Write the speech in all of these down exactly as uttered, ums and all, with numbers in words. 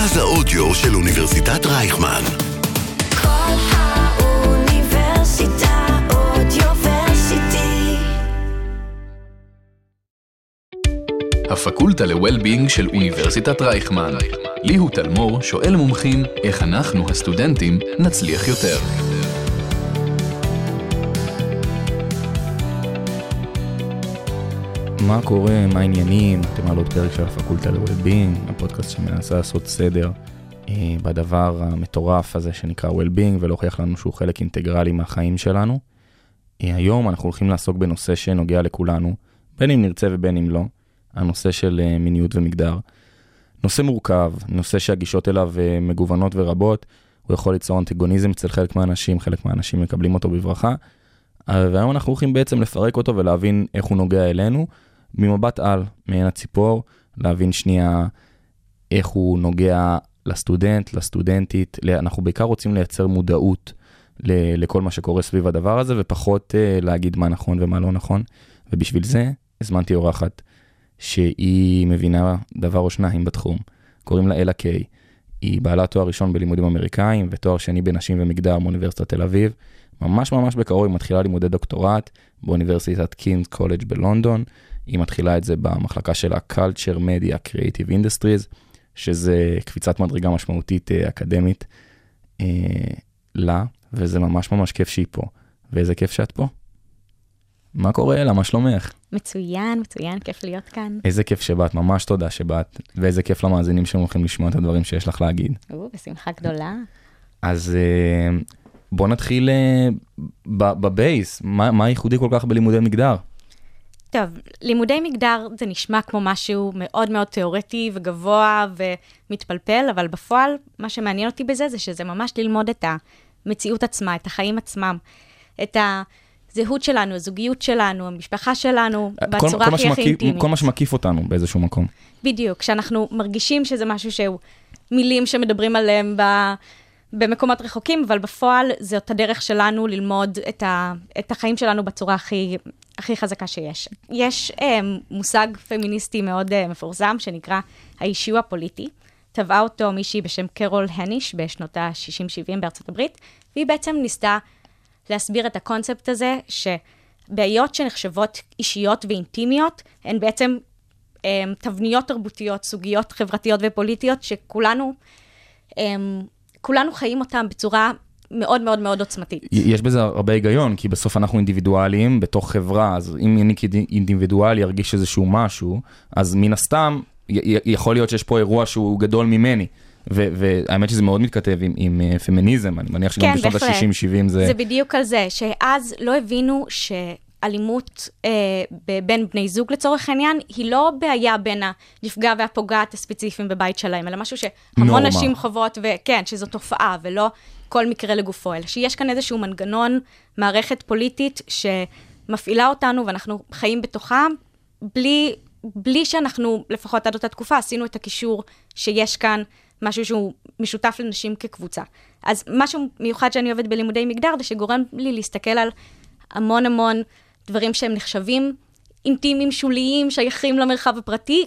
מרכז האודיו של אוניברסיטת רייכמן. כל האוניברסיטה אודיוורסיטי. הפקולטה ל-Well-being של אוניברסיטת רייכמן. ליהו תלמור שואל מומחים איך אנחנו, הסטודנטים, נצליח יותר. מה קורה, מה העניינים? אתם על עוד פרק של הפקולטה ל-Well-being, הפודקאסט שמנסה לעשות סדר אה, בדבר המטורף הזה שנקרא Well-being, ולהוכיח לנו שהוא חלק אינטגרלי מהחיים שלנו. אה, היום אנחנו הולכים לעסוק בנושא שנוגע לכולנו, בין אם נרצה ובין אם לא, הנושא של אה, מיניות ומגדר. נושא מורכב, נושא שהגישות אליו אה, מגוונות ורבות, הוא יכול ליצור אנטגוניזם אצל חלק מהאנשים, חלק מהאנשים מקבלים אותו בברכה, והיום אנחנו הולכים בעצם לפרק אותו ולהבין איך הוא נוגע אלינו, ממבט על, מעין הציפור, להבין שנייה איך הוא נוגע לסטודנט, לסטודנטית, אנחנו בעיקר רוצים לייצר מודעות לכל מה שקורה סביב הדבר הזה, ופחות להגיד מה נכון ומה לא נכון, ובשביל זה הזמנתי אורחת שהיא מבינה דבר או שניים בתחום, קוראים לה אלה קיי, היא בעלת תואר ראשון בלימודים אמריקאים, ותואר שני בנשים ומגדר מאוניברסיטת תל אביב, ממש ממש בקרוב היא מתחילה לימודי דוקטורט באוניברסיטת קינגס קולג' בלונדון, היא מתחילה את זה במחלקה של ה-Culture Media Creative Industries, שזה קפיצת מדרגה משמעותית אה, אקדמית אה, לה, וזה ממש ממש כיף שהיא פה, ואיזה כיף שאת פה. מה קורה אלה? מה שלומך? מצוין, מצוין, כיף להיות כאן. איזה כיף שבאת, ממש תודה שבאת, ואיזה כיף למאזינים שהולכים לשמוע את הדברים שיש לך להגיד. או, בשמחה גדולה. אז אה, בוא נתחיל אה, בבייס, מה, מה ייחודי כל כך בלימודי מגדר? טוב, לימודי מגדר זה נשמע כמו משהו מאוד מאוד תיאורטי וגבוה ומתפלפל, אבל בפועל מה שמעניין אותי בזה זה שזה ממש ללמוד את המציאות עצמה, את החיים עצמם, את הזהות שלנו, הזוגיות שלנו, המשפחה שלנו, בצורה הכי הכי אינטימית. כל מה שמקיף אותנו באיזשהו מקום. בדיוק, כשאנחנו מרגישים שזה משהו שהוא מילים שמדברים עליהם ב... במקומות רחוקים, אבל בפועל זאת הדרך שלנו ללמוד את, ה, את החיים שלנו בצורה הכי, הכי חזקה שיש. יש אה, מושג פמיניסטי מאוד אה, מפורסם, שנקרא האישיות הפוליטי. טבעה אותו מישהי בשם קרול הניש, בשנות ה-שישים שבעים בארצות הברית, והיא בעצם ניסתה להסביר את הקונספט הזה, שבעיות שנחשבות אישיות ואינטימיות, הן בעצם אה, תבניות תרבותיות, סוגיות חברתיות ופוליטיות, שכולנו... אה, כולנו חיים אותם בצורה מאוד מאוד מאוד עוצמתית. יש בזה הרבה היגיון, כי בסוף אנחנו אינדיבידואליים בתוך חברה, אז אם אני כאינדיבידואל ירגיש איזשהו משהו, אז מן הסתם יכול להיות שיש פה אירוע שהוא גדול ממני, והאמת שזה מאוד מתכתב עם, עם פמיניזם, אני מניח שגם בשנות ה-שישים שבעים זה... זה בדיוק על זה, שאז לא הבינו ש... אלימות אה, בין בני זוג לצורך העניין, היא לא בעיה בין הנפגע והפוגעת הספציפיים בבית שלהם, אלא משהו שהמון נשים חוות, וכן, שזו תופעה, ולא כל מקרה לגופו, אלא שיש כאן איזשהו מנגנון, מערכת פוליטית, שמפעילה אותנו, ואנחנו חיים בתוכה, בלי, בלי שאנחנו, לפחות עד אותה תקופה, עשינו את הקישור שיש כאן, משהו שהוא משותף לנשים כקבוצה. אז משהו מיוחד שאני אוהבת בלימודי מגדר, זה שגורם לי להסתכל על המון המון דברים שהם נחשבים אינטימיים, שוליים, שייכים למרחב הפרטי,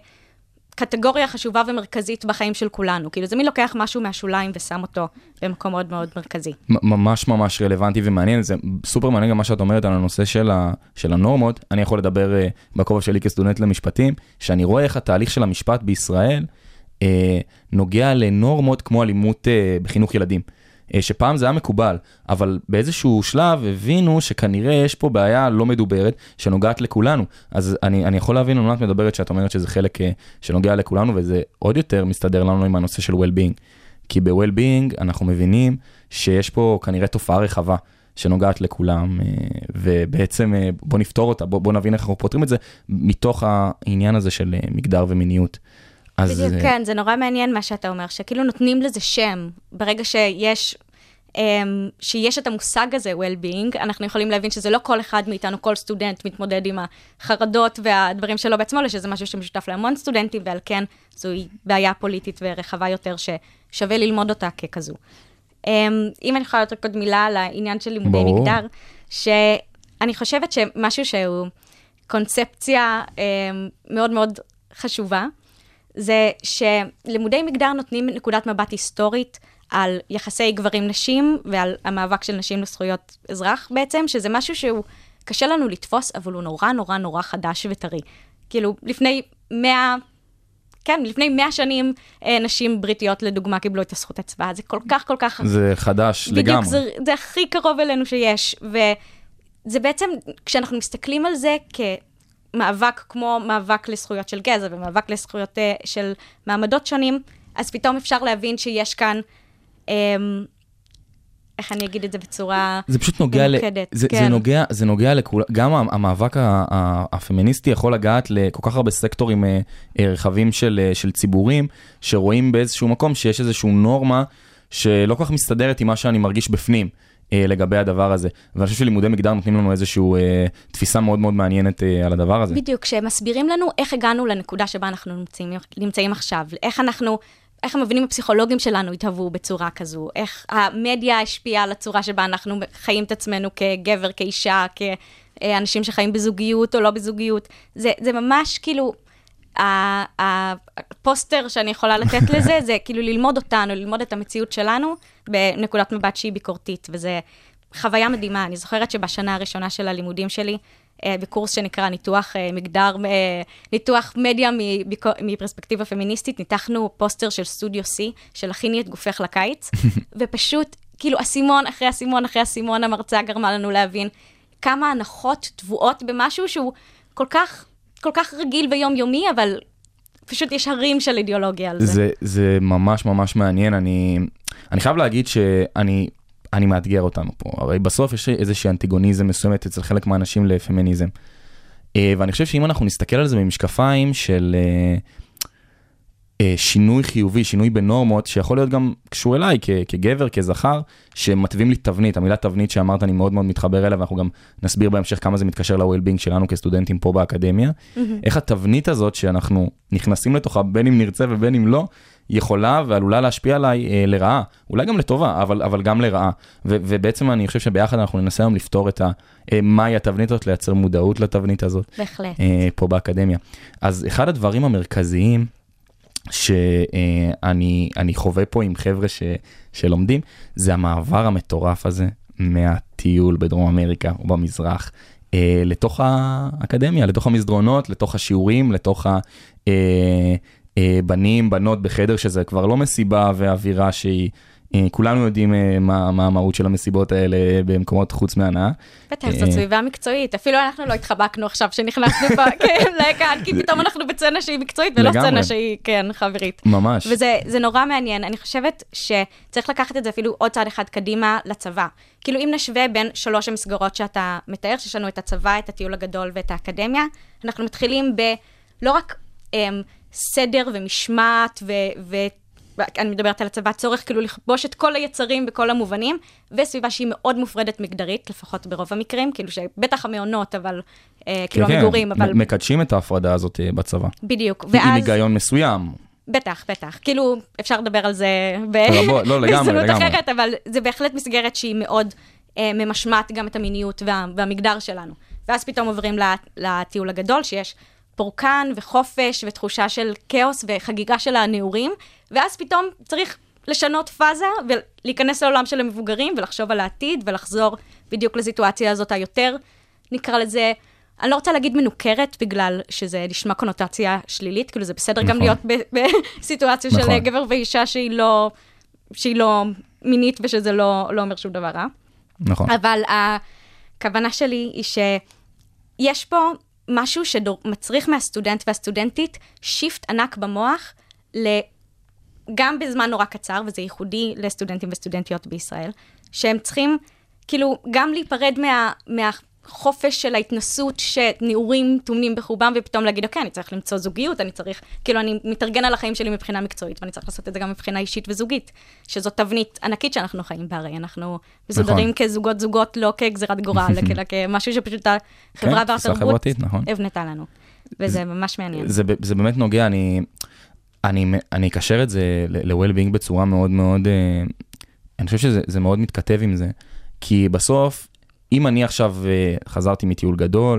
כקטגוריה חשובה ומרכזית בחיים של כולנו. כאילו זה מי לוקח משהו מהשוליים ושם אותו במקום מאוד מאוד מרכזי. ממש ממש רלוונטי ומעניין. זה סופר מעניין גם מה שאת אומרת על הנושא של, ה, של הנורמות. אני יכול לדבר uh, בכובע שלי כסטודנט למשפטים, שאני רואה איך התהליך של המשפט בישראל uh, נוגע לנורמות כמו אלימות uh, בחינוך ילדים. שפעם זה היה מקובל, אבל באיזשהו שלב הבינו שכנראה יש פה בעיה לא מדוברת שנוגעת לכולנו. אז אני, אני יכול להבין עונת מדברת שאת אומרת שזה חלק שנוגע לכולנו, וזה עוד יותר מסתדר לנו עם הנושא של well-being. כי ב-well-being אנחנו מבינים שיש פה כנראה תופעה רחבה שנוגעת לכולם, ובעצם בוא נפתור אותה, בוא, בוא נבין איך אנחנו פותרים את זה, מתוך העניין הזה של מגדר ומיניות. בדיוק, כן, זה נורא מעניין מה שאתה אומר, שכאילו נותנים לזה שם, ברגע שיש, שיש את המושג הזה, well-being, אנחנו יכולים להבין שזה לא כל אחד מאיתנו, כל סטודנט מתמודד עם החרדות והדברים שלו בעצמו, אלא שזה משהו שמשותף להמון סטודנטים, ועל כן זוהי בעיה פוליטית ורחבה יותר, ששווה ללמוד אותה ככזו. אם אני יכולה יותר עוד מילה על העניין של לימודי מגדר, שאני חושבת שמשהו שהוא קונספציה מאוד מאוד חשובה, זה שלימודי מגדר נותנים נקודת מבט היסטורית על יחסי גברים-נשים, ועל המאבק של נשים לזכויות אזרח בעצם, שזה משהו שהוא קשה לנו לתפוס, אבל הוא נורא נורא נורא חדש וטרי. כאילו, לפני מאה, כן, לפני מאה שנים, נשים בריטיות לדוגמה קיבלו את הזכות הצבעה. זה כל כך כל כך... זה חדש בדיוק, לגמרי. זה, זה הכי קרוב אלינו שיש, וזה בעצם, כשאנחנו מסתכלים על זה כמאבק כמו מאבק לזכויות של גזע, ומאבק לזכויות של מעמדות שונים, אז פתאום אפשר להבין שיש כאן, איך אני אגיד את זה בצורה זה פשוט נוגע, ל... זה, כן. זה נוגע, זה נוגע לכול, גם המאבק הפמיניסטי יכול לגעת לכל כך הרבה סקטורים רחבים של, של ציבורים, שרואים באיזשהו מקום שיש איזשהו נורמה שלא כל כך מסתדרת עם מה שאני מרגיש בפנים לגבי הדבר הזה. ואני חושב שלימודי מגדר נותנים לנו איזשהו תפיסה מאוד מאוד מעניינת על הדבר הזה. בדיוק, שמסבירים לנו איך הגענו לנקודה שבה אנחנו נמצאים, נמצאים עכשיו, איך אנחנו... איך המבינים הפסיכולוגיים שלנו התהוו בצורה כזו, איך המדיה השפיעה על הצורה שבה אנחנו חיים את עצמנו כגבר, כאישה, כאנשים שחיים בזוגיות או לא בזוגיות. זה, זה ממש כאילו, הפוסטר שאני יכולה לתת לזה, זה כאילו ללמוד אותנו, ללמוד את המציאות שלנו, בנקודת מבט שהיא ביקורתית, וזה חוויה מדהימה. אני זוכרת שבשנה הראשונה של הלימודים שלי, בקורס שנקרא ניתוח מגדר, ניתוח מדיה מפרספקטיבה פמיניסטית, ניתחנו פוסטר של סטודיו C, של הכיני את גופך לקיץ, ופשוט, כאילו, הסימון אחרי הסימון אחרי הסימון, המרצה גרמה לנו להבין כמה הנחות תבואות במשהו שהוא כל כך, כל כך רגיל ויומיומי, אבל פשוט יש הרים של אידיאולוגיה על זה. זה, זה ממש ממש מעניין. אני, אני חייב להגיד שאני, אני מאתגר אותנו פה. הרי בסוף יש איזושהי אנטיגוניזם מסוימת אצל חלק מהאנשים לפמיניזם. ואני חושב שאם אנחנו נסתכל על זה במשקפיים של שינוי חיובי, שינוי בנורמות, שיכול להיות גם קשור אליי כגבר, כזכר, שמטבים לי תבנית. המילה תבנית שאמרת אני מאוד מאוד מתחבר אליה, ואנחנו גם נסביר בהמשך כמה זה מתקשר ל-well-being שלנו כסטודנטים פה באקדמיה. איך התבנית הזאת שאנחנו נכנסים לתוכה, בין אם נרצה ובין אם לא, יכולה ועלולה להשפיע עליי אה, לרעה, אולי גם לטובה, אבל, אבל גם לרעה. ו, ובעצם אני חושב שביחד אנחנו ננסה היום לפתור את ה, אה, מהי התבנית הזאת, לייצר מודעות לתבנית הזאת. בהחלט. אה, פה באקדמיה. אז אחד הדברים המרכזיים שאני אני חווה פה עם חבר'ה ש, שלומדים, זה המעבר המטורף הזה מהטיול בדרום אמריקה או במזרח, אה, לתוך האקדמיה, לתוך המסדרונות, לתוך השיעורים, לתוך ה... אה, בנים, בנות בחדר, שזה כבר לא מסיבה ואווירה שהיא, כולנו יודעים מה, מה המהות של המסיבות האלה במקומות חוץ מהנאה. בטח, זאת סביבה מקצועית. אפילו אנחנו לא התחבקנו עכשיו שנכנסנו פה, כן, לכאן, כי פתאום אנחנו בצנה שהיא מקצועית, ולא צנה שהיא, כן, חברית. ממש. וזה נורא מעניין. אני חושבת שצריך לקחת את זה אפילו עוד צעד אחד קדימה לצבא. כאילו אם נשווה בין שלוש המסגרות שאתה מתאר, שיש לנו את הצבא, את הטיול הגדול ואת האקדמיה, אנחנו מתחילים ב, לא רק סדר ומשמעת, ואני מדברת על הצבא, צורך כאילו לכבוש את כל היצרים בכל המובנים, וסביבה שהיא מאוד מופרדת מגדרית, לפחות ברוב המקרים, כאילו שבטח המעונות, אבל כאילו המגורים, אבל... מקדשים את ההפרדה הזאת בצבא. בדיוק, ואז... עם היגיון מסוים. בטח, בטח. כאילו, אפשר לדבר על זה לא, לגמרי, לגמרי. אחרת, אבל זה בהחלט מסגרת שהיא מאוד ממשמעת גם את המיניות והמגדר שלנו. ואז פתאום עוברים לטיול הגדול, שיש פורקן וחופש ותחושה של כאוס וחגיגה של הנעורים, ואז פתאום צריך לשנות פאזה ולהיכנס לעולם של המבוגרים ולחשוב על העתיד ולחזור בדיוק לסיטואציה הזאת היותר, נקרא לזה, אני לא רוצה להגיד מנוכרת בגלל שזה נשמע קונוטציה שלילית, כאילו זה בסדר נכון. גם להיות בסיטואציה נכון. של גבר ואישה שהיא לא, שהיא לא מינית ושזה לא, לא אומר שום דבר רע. נכון. אבל הכוונה שלי היא שיש פה משהו שמצריך מהסטודנט והסטודנטית שיפט ענק במוח, גם בזמן נורא קצר, וזה ייחודי לסטודנטים וסטודנטיות בישראל, שהם צריכים כאילו גם להיפרד מה, מהחופש של ההתנסות שנעורים תומנים בחובם, ופתאום להגיד, אוקיי, אני צריך למצוא זוגיות, אני צריך, כאילו אני מתארגן על החיים שלי מבחינה מקצועית, ואני צריך לעשות את זה גם מבחינה אישית וזוגית, שזאת תבנית ענקית שאנחנו חיים בהרי, אנחנו מסודרים כזוגות זוגות, לא כגזירת גורל, אלא כמשהו שפשוט החברה והתרבות הבנתה לנו. וזה ממש מעניין. זה, זה באמת נוגע, אני, אני, אני אקשר את זה ל-well-being בצורה מאוד מאוד, אני חושב שזה מאוד מתכתב עם זה, כי בסוף, אם אני עכשיו חזרתי מטיול גדול,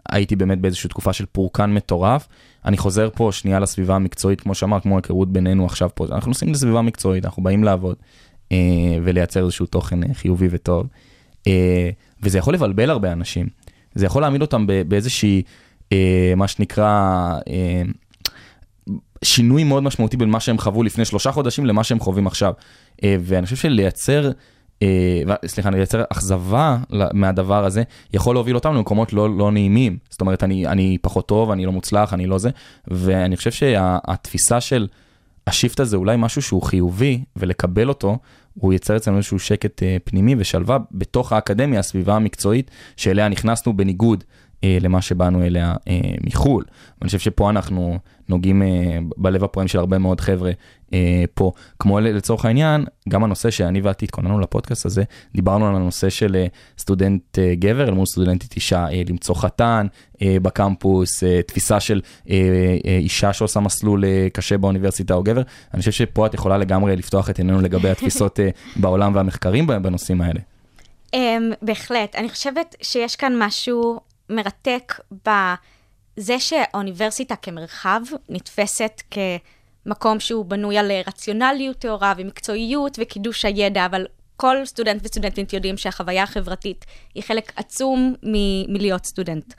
הייתי באמת באיזושהי תקופה של פורקן מטורף. אני חוזר פה שנייה לסביבה המקצועית, כמו שאמר, כמו היכרות בינינו עכשיו פה. אנחנו נוסעים לסביבה מקצועית, אנחנו באים לעבוד, אה, ולייצר איזשהו תוכן חיובי וטוב. אה, וזה יכול לבלבל הרבה אנשים. זה יכול להעמיד אותם באיזושהי, אה, מה שנקרא, אה, שינוי מאוד משמעותי בין מה שהם חוו לפני שלושה חודשים למה שהם חווים עכשיו. אה, ואני חושב שלייצר, אה, סליחה, לייצר אכזבה מהדבר הזה, יכול להוביל אותם למקומות לא, לא נעימים. זאת אומרת, אני, אני פחות טוב, אני לא מוצלח, אני לא זה. ואני חושב שהתפיסה של השיפט הזה, אולי משהו שהוא חיובי, ולקבל אותו, הוא ייצר אצלנו איזשהו שקט אה, פנימי ושלווה בתוך האקדמיה, הסביבה המקצועית, שאליה נכנסנו בניגוד אה, למה שבאנו אליה אה, מחול. ואני חושב שפה אנחנו נוגעים אה, בלב הפועם של הרבה מאוד חבר'ה אה, פה. כמו לצורך העניין, גם הנושא שאני ואתי התכוננו לפודקאסט הזה, דיברנו על הנושא של אה, סטודנט אה, גבר, אל מול סטודנטית אישה, אה, למצוא חתן אה, בקמפוס, אה, תפיסה של אה, אה, אישה שעושה מסלול אה, קשה באוניברסיטה או גבר. אני חושב שפה את יכולה לגמרי לפתוח את עינינו לגבי התפיסות אה, בעולם והמחקרים בנושאים האלה. Um, בהחלט. אני חושבת שיש כאן משהו מרתק בזה שהאוניברסיטה כמרחב נתפסת כמקום שהוא בנוי על רציונליות תאורה ומקצועיות וקידוש הידע, אבל כל סטודנט וסטודנטית יודעים שהחוויה החברתית היא חלק עצום מ- מלהיות סטודנט.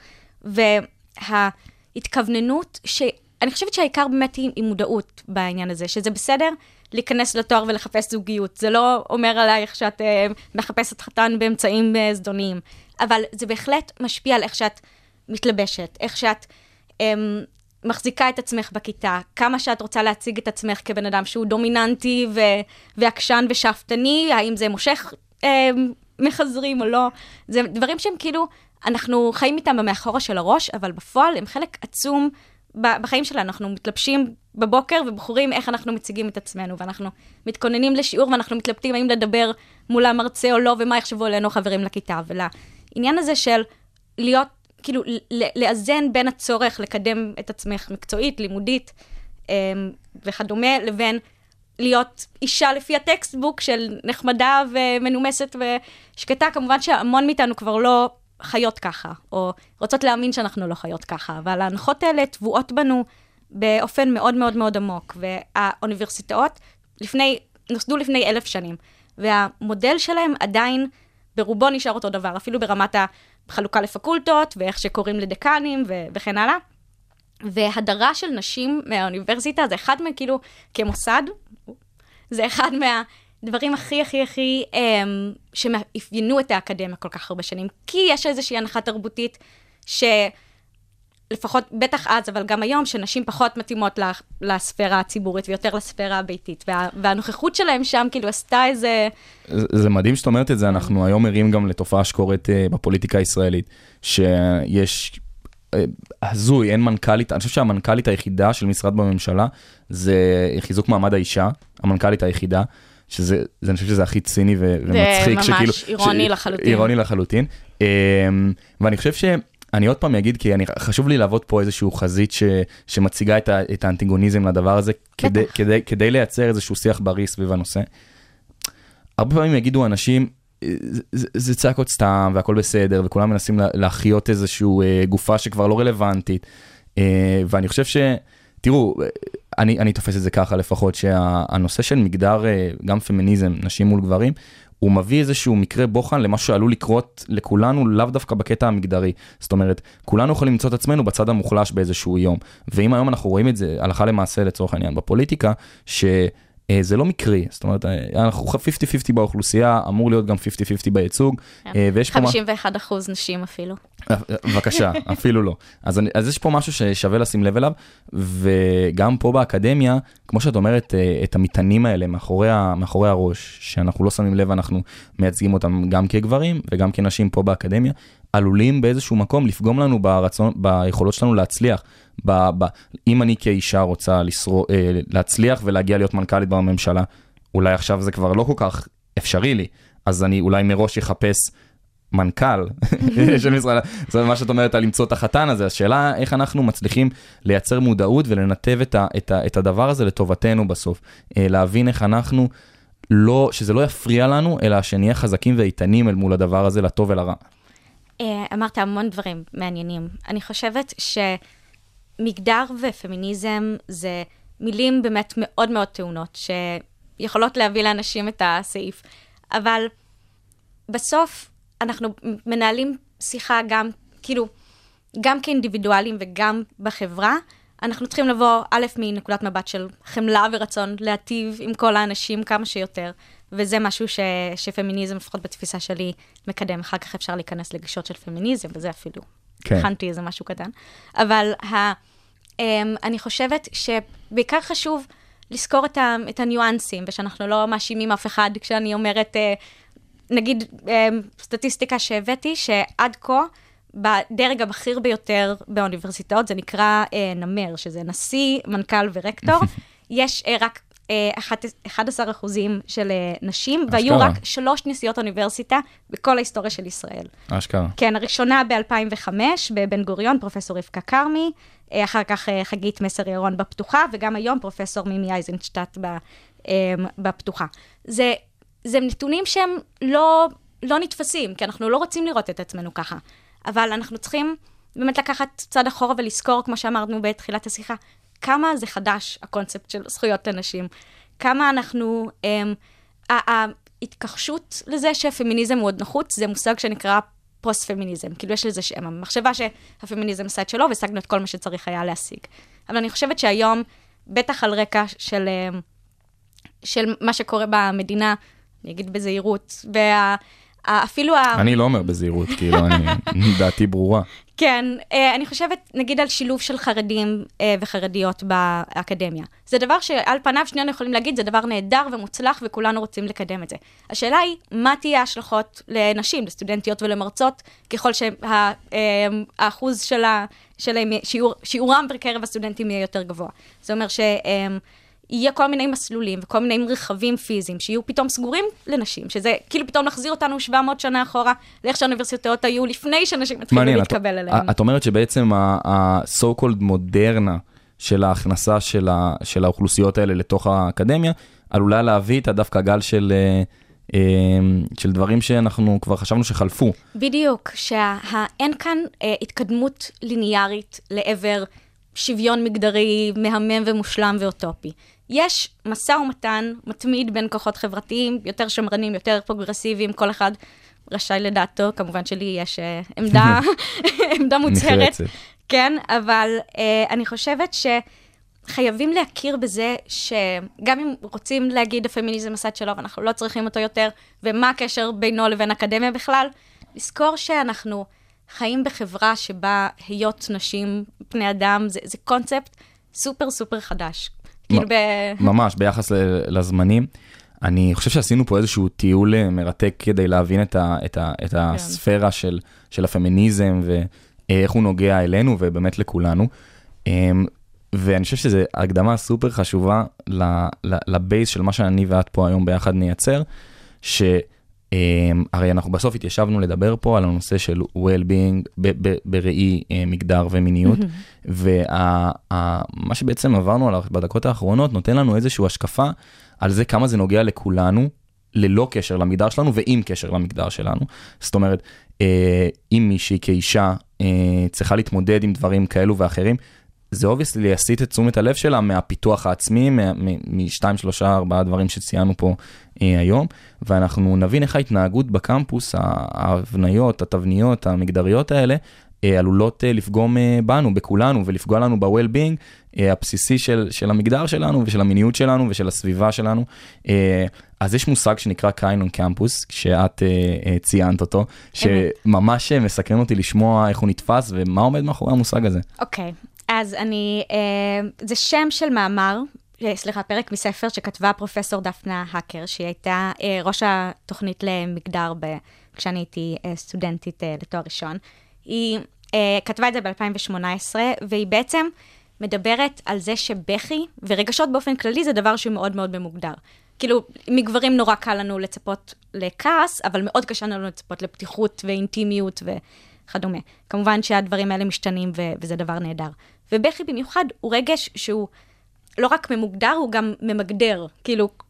וההתכווננות, שאני חושבת שהעיקר באמת היא, היא מודעות בעניין הזה, שזה בסדר להיכנס לתואר ולחפש זוגיות. זה לא אומר עלייך שאת uh, מחפשת חתן באמצעים uh, זדוניים, אבל זה בהחלט משפיע על איך שאת מתלבשת, איך שאת um, מחזיקה את עצמך בכיתה, כמה שאת רוצה להציג את עצמך כבן אדם שהוא דומיננטי ו- ועקשן ושאפתני, האם זה מושך um, מחזרים או לא. זה דברים שהם כאילו, אנחנו חיים איתם במאחורה של הראש, אבל בפועל הם חלק עצום בחיים שלנו. אנחנו מתלבשים בבוקר ובוחרים איך אנחנו מציגים את עצמנו, ואנחנו מתכוננים לשיעור ואנחנו מתלבטים האם לדבר מול המרצה או לא, ומה יחשבו עלינו חברים לכיתה. ולעניין הזה של להיות, כאילו, לאזן בין הצורך לקדם את עצמך מקצועית, לימודית וכדומה, לבין להיות אישה לפי הטקסטבוק של נחמדה ומנומסת ושקטה. כמובן שהמון מאיתנו כבר לא חיות ככה, או רוצות להאמין שאנחנו לא חיות ככה, אבל ההנחות האלה טבועות בנו באופן מאוד מאוד מאוד עמוק, והאוניברסיטאות לפני, נוסדו לפני אלף שנים, והמודל שלהם עדיין ברובו נשאר אותו דבר, אפילו ברמת החלוקה לפקולטות, ואיך שקוראים לדקנים ו- וכן הלאה. והדרה של נשים מהאוניברסיטה, זה אחד מכאילו, כמוסד, זה אחד מהדברים הכי הכי הכי אמ, שמאפיינו את האקדמיה כל כך הרבה שנים, כי יש איזושהי הנחה תרבותית ש... לפחות, בטח אז, אבל גם היום, שנשים פחות מתאימות לספירה הציבורית, ויותר לספירה הביתית, וה, והנוכחות שלהם שם, כאילו, עשתה איזה... זה, זה מדהים שאת אומרת את זה, אנחנו היום מראים גם לתופעה שקורית uh, בפוליטיקה הישראלית, שיש uh, הזוי, אין מנכ"לית, אני חושב שהמנכ"לית היחידה של משרד בממשלה, זה חיזוק מעמד האישה, המנכ"לית היחידה, שזה, זה, אני חושב שזה הכי ציני ו- ומצחיק. זה ממש שכאילו, אירוני ש- לחלוטין. אירוני לחלוטין. Um, ואני חושב ש... אני עוד פעם אגיד, כי אני, חשוב לי לעבוד פה איזשהו חזית ש, שמציגה את, ה, את האנטיגוניזם לדבר הזה, כדי, כדי, כדי לייצר איזשהו שיח בריא סביב הנושא. הרבה פעמים יגידו אנשים, זה, זה צעקות סתם והכל בסדר, וכולם מנסים להחיות איזשהו גופה שכבר לא רלוונטית. ואני חושב ש... תראו, אני, אני תופס את זה ככה לפחות, שהנושא של מגדר, גם פמיניזם, נשים מול גברים, הוא מביא איזשהו מקרה בוחן למה שעלול לקרות לכולנו, לאו דווקא בקטע המגדרי. זאת אומרת, כולנו יכולים למצוא את עצמנו בצד המוחלש באיזשהו יום. ואם היום אנחנו רואים את זה, הלכה למעשה לצורך העניין בפוליטיקה, שזה לא מקרי. זאת אומרת, אנחנו חמישים חמישים באוכלוסייה, אמור להיות גם חמישים חמישים בייצוג. חמישים ואחד אחוז נשים אפילו. בבקשה, אפילו לא. אז, אז יש פה משהו ששווה לשים לב אליו, וגם פה באקדמיה, כמו שאת אומרת, את המטענים האלה מאחורי, מאחורי הראש, שאנחנו לא שמים לב, אנחנו מייצגים אותם גם כגברים וגם כנשים פה באקדמיה, עלולים באיזשהו מקום לפגום לנו ברצון, ביכולות שלנו להצליח. ב, ב, אם אני כאישה רוצה לשרו, להצליח ולהגיע להיות מנכ"לית בממשלה, אולי עכשיו זה כבר לא כל כך אפשרי לי, אז אני אולי מראש יחפש מנכ"ל של משרד, זה מה שאת אומרת על למצוא את החתן הזה. השאלה איך אנחנו מצליחים לייצר מודעות ולנתב את, ה, את, ה, את הדבר הזה לטובתנו בסוף. להבין איך אנחנו, לא, שזה לא יפריע לנו, אלא שנהיה חזקים ואיתנים אל מול הדבר הזה, לטוב ולרע. אמרת המון דברים מעניינים. אני חושבת שמגדר ופמיניזם זה מילים באמת מאוד מאוד טעונות, שיכולות להביא לאנשים את הסעיף. אבל בסוף אנחנו מנהלים שיחה גם, כאילו, גם כאינדיבידואלים וגם בחברה. אנחנו צריכים לבוא, א', מנקודת מבט של חמלה ורצון להטיב עם כל האנשים כמה שיותר. וזה משהו ש, שפמיניזם, לפחות בתפיסה שלי, מקדם. אחר כך אפשר להיכנס לגישות של פמיניזם, וזה אפילו, כן. הכנתי איזה משהו קטן. אבל ה, אני חושבת שבעיקר חשוב לזכור את, ה, את הניואנסים, ושאנחנו לא מאשימים אף אחד, כשאני אומרת, נגיד, סטטיסטיקה שהבאתי, שעד כה, בדרג הבכיר ביותר באוניברסיטאות, זה נקרא נמר, שזה נשיא, מנכ"ל ורקטור, יש רק אחד עשר אחוזים של נשים, והיו רק שלוש נשיאות אוניברסיטה בכל ההיסטוריה של ישראל. אשכרה. כן, הראשונה ב-אלפיים וחמש, בבן גוריון, פרופסור רבקה כרמי, אחר כך חגית מסר ירון בפתוחה, וגם היום פרופסור מימי אייזנשטט בפתוחה. זה, זה נתונים שהם לא, לא נתפסים, כי אנחנו לא רוצים לראות את עצמנו ככה. אבל אנחנו צריכים באמת לקחת צד אחורה ולזכור, כמו שאמרנו בתחילת השיחה, כמה זה חדש, הקונספט של זכויות אנשים. כמה אנחנו, הם, ההתכחשות לזה שפמיניזם הוא עוד נחוץ, זה מושג שנקרא פוסט-פמיניזם. כאילו יש לזה שם, המחשבה שהפמיניזם עשה את שלו, והשגנו את כל מה שצריך היה להשיג. אבל אני חושבת שהיום, בטח על רקע של, של מה שקורה במדינה, אני אגיד בזהירות, וה... אפילו אני לא אומר בזהירות, כאילו, אני, דעתי ברורה. כן, אני חושבת, נגיד על שילוב של חרדים וחרדיות באקדמיה. זה דבר שעל פניו שנינו יכולים להגיד, זה דבר נהדר ומוצלח, וכולנו רוצים לקדם את זה. השאלה היא, מה תהיה ההשלכות לנשים, לסטודנטיות ולמרצות, ככל שהאחוז שלהם, שיעורם בקרב הסטודנטים יהיה יותר גבוה. זה אומר ש... יהיה כל מיני מסלולים וכל מיני מרחבים פיזיים שיהיו פתאום סגורים לנשים, שזה כאילו פתאום נחזיר אותנו שבע מאות שנה אחורה, לאיך שהאוניברסיטאות היו לפני שאנשים התחילו להתקבל אליהם. את אומרת שבעצם ה-so called מודרנה של ההכנסה של האוכלוסיות האלה לתוך האקדמיה, עלולה להביא את דווקא גל של... של דברים שאנחנו כבר חשבנו שחלפו. בדיוק, שאין כאן התקדמות ליניארית לעבר שוויון מגדרי מהמם ומושלם ואוטופי. יש מסע ומתן מתמיד בין כוחות חברתיים, יותר שמרנים, יותר פרוגרסיביים, כל אחד רשאי לדעתו, כמובן שלי יש uh, עמדה, עמדה מוצהרת. כן, אבל uh, אני חושבת שחייבים להכיר בזה שגם אם רוצים להגיד הפמיניזם עשה שלו, ואנחנו לא צריכים אותו יותר, ומה הקשר בינו לבין אקדמיה בכלל, לזכור שאנחנו חיים בחברה שבה היות נשים, פני אדם, זה, זה קונספט סופר סופר חדש. כאילו ב... ממש, ביחס לזמנים. אני חושב שעשינו פה איזשהו טיול מרתק כדי להבין את, ה, את, ה, את הספירה של, של הפמיניזם, ואיך הוא נוגע אלינו, ובאמת לכולנו. ואני חושב שזו הקדמה סופר חשובה לבייס של מה שאני ואת פה היום ביחד נייצר, ש... הרי אנחנו בסוף התיישבנו לדבר פה על הנושא של well-being בראי מגדר ומיניות, ומה שבעצם עברנו עליו בדקות האחרונות נותן לנו איזושהי השקפה על זה כמה זה נוגע לכולנו, ללא קשר למגדר שלנו ועם קשר למגדר שלנו. זאת אומרת, אם מישהי כאישה צריכה להתמודד עם דברים כאלו ואחרים, זה obviously להסיט את תשומת הלב שלה מהפיתוח העצמי, משתיים, שלושה, ארבעה דברים שציינו פה אה, היום, ואנחנו נבין איך ההתנהגות בקמפוס, ההבניות, התבניות, המגדריות האלה, אה, עלולות אה, לפגום אה, בנו, בכולנו, ולפגוע לנו ב-well-being אה, הבסיסי של, של המגדר שלנו, ושל המיניות שלנו, ושל הסביבה שלנו. אה, אז יש מושג שנקרא קיין און קמפוס, שאת אה, אה, ציינת אותו, שממש מסקרן אותי לשמוע איך הוא נתפס, ומה עומד מאחורי המושג הזה. אוקיי. Okay. אז אני, זה שם של מאמר, סליחה, פרק מספר שכתבה פרופסור דפנה הקר, שהיא הייתה ראש התוכנית למגדר כשאני הייתי סטודנטית לתואר ראשון. היא כתבה את זה ב-אלפיים שמונה עשרה, והיא בעצם מדברת על זה שבכי ורגשות באופן כללי זה דבר שהוא מאוד מאוד במוגדר. כאילו, מגברים נורא קל לנו לצפות לכעס, אבל מאוד קשה לנו לצפות לפתיחות ואינטימיות וכדומה. כמובן שהדברים האלה משתנים ו- וזה דבר נהדר. ובכי במיוחד הוא רגש שהוא לא רק ממוגדר, הוא גם ממגדר. כאילו,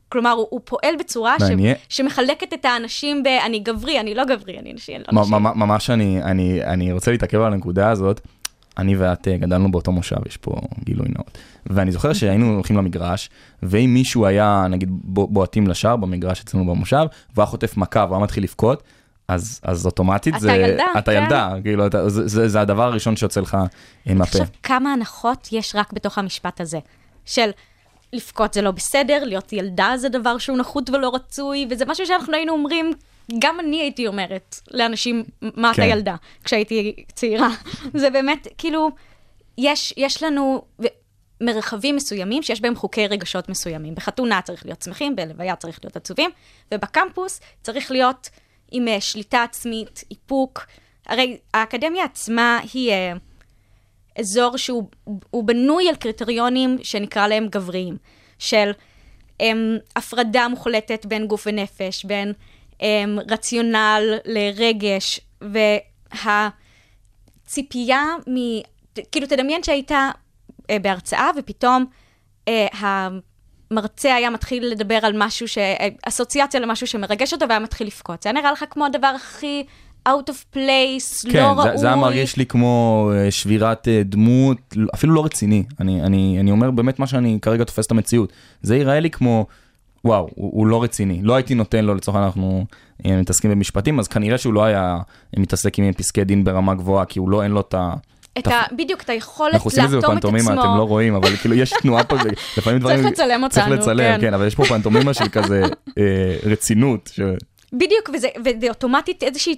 כלומר, הוא, הוא פועל בצורה ש, מעניין. שמחלקת את האנשים ב, אני גברי, אני לא גברי, אני נשי, אני לא נשי. ממש אני, אני, אני רוצה להתעכב על הנקודה הזאת. אני ואת גדלנו באותו מושב, יש פה גילוי נאות. ואני זוכר שהיינו הולכים למגרש, ואם מישהו היה, נגיד, בועטים לשער במגרש אצלנו במושב, והוא חוטף מכה, והוא מתחיל לבכות, אז, אז אוטומטית זה... אתה ילדה, אתה כן. ילדה, כאילו, אתה, זה, זה, זה הדבר הראשון שיוצא לך עם הפה. עכשיו, כמה הנחות יש רק בתוך המשפט הזה, של לבכות זה לא בסדר, להיות ילדה זה דבר שהוא נחות ולא רצוי, וזה משהו שאנחנו היינו אומרים, גם אני הייתי אומרת לאנשים, מה אתה כן. ילדה, כשהייתי צעירה. זה באמת, כאילו, יש, יש לנו מרחבים מסוימים שיש בהם חוקי רגשות מסוימים. בחתונה צריך להיות שמחים, בלוויה צריך להיות עצובים, ובקמפוס צריך להיות עם uh, שליטה עצמית, איפוק. הרי האקדמיה עצמה היא uh, אזור שהוא הוא בנוי על קריטריונים שנקרא להם גבריים, של um, הפרדה מוחלטת בין גוף ונפש, בין um, רציונל לרגש, והציפייה מ... כאילו תדמיין שהייתה uh, בהרצאה, ופתאום uh, המרצה היה מתחיל לדבר על משהו, ש... אסוציאציה למשהו שמרגש אותו, והיה מתחיל לפקוט. זה היה נראה לך כמו הדבר הכי out of place, כן, לא ראוי. כן, זה היה מרגיש לי כמו שבירת דמות, אפילו לא רציני. אני, אני, אני אומר באמת מה שאני כרגע תופס את המציאות. זה ייראה לי כמו, וואו, הוא, הוא לא רציני. לא הייתי נותן לו, לצורך אנחנו מתעסקים במשפטים, אז כנראה שהוא לא היה מתעסק עם פסקי דין ברמה גבוהה, כי הוא לא, אין לו את ה... את ה... בדיוק, את היכולת אנחנו עושים את זה בפנטומימה, אתם לא רואים, אבל כאילו יש תנועה פה, לפעמים דברים... צריך לצלם אותנו, צריך לצלם, כן, אבל יש פה פנטומימה של כזה רצינות, ש... בדיוק, וזה, וזה אוטומטית איזושהי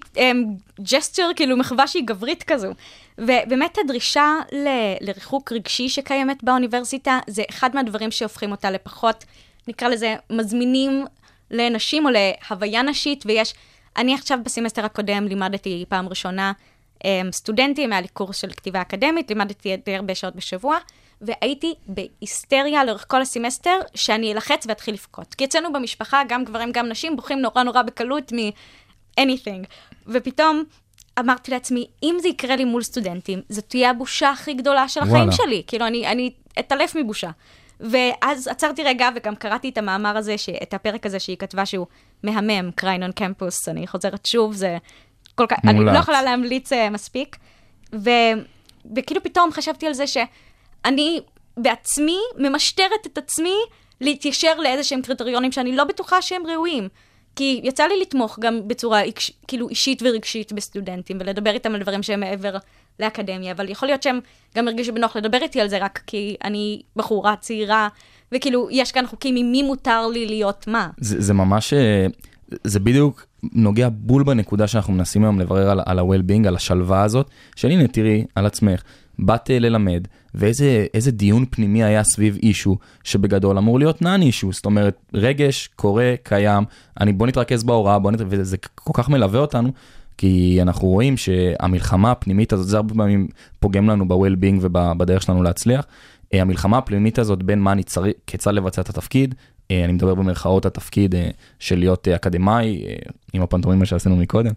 ג'סטר, כאילו מחווה שהיא גברית כזו. ובאמת הדרישה ל, לריחוק רגשי שקיימת באוניברסיטה, זה אחד מהדברים שהופכים אותה לפחות, נקרא לזה, מזמינים לנשים או להוויה נשית, ויש, אני עכשיו בסמסטר הקודם לימדתי פעם ראשונה סטודנטים, היה לי קורס של כתיבה אקדמית, לימדתי די הרבה שעות בשבוע, והייתי בהיסטריה לאורך כל הסמסטר, שאני אלחץ ואתחיל לבכות. כי אצלנו במשפחה, גם גברים, גם נשים, בוכים נורא נורא בקלות מ-anything. ופתאום אמרתי לעצמי, אם זה יקרה לי מול סטודנטים, זו תהיה הבושה הכי גדולה של החיים שלי. כאילו, אני, אני אתעלף מבושה. ואז עצרתי רגע, וגם קראתי את המאמר הזה, את הפרק הזה שהיא כתבה שהוא מהמם, קריין און קמפוס, אני חוזרת שוב, זה כל כך, אני לא יכולה להמליץ מספיק. ו, וכאילו פתאום חשבתי על זה ש... אני בעצמי ממשטרת את עצמי להתיישר לאיזשהם קריטריונים שאני לא בטוחה שהם ראויים. כי יצא לי לתמוך גם בצורה כאילו אישית ורגשית בסטודנטים, ולדבר איתם על דברים שהם מעבר לאקדמיה, אבל יכול להיות שהם גם הרגישו בנוח לדבר איתי על זה רק כי אני בחורה צעירה, וכאילו יש כאן חוקים ממי מותר לי להיות מה. זה, זה ממש, זה בדיוק נוגע בול בנקודה שאנחנו מנסים היום לברר על, על ה-well-being, על השלווה הזאת, של הנה תראי על עצמך. באת ללמד, ואיזה איזה דיון פנימי היה סביב אישו, שבגדול אמור להיות נאן אישו, זאת אומרת, רגש, קורה, קיים, אני, בוא נתרכז בהוראה, בוא נתרכז, וזה כל כך מלווה אותנו, כי אנחנו רואים שהמלחמה הפנימית הזאת, זה הרבה פעמים פוגם לנו ב-well-being ובדרך שלנו להצליח, המלחמה הפנימית הזאת בין מה אני צריך, כיצד לבצע את התפקיד, אני מדבר במרכאות התפקיד של להיות אקדמאי, עם הפנטומימה שעשינו מקודם,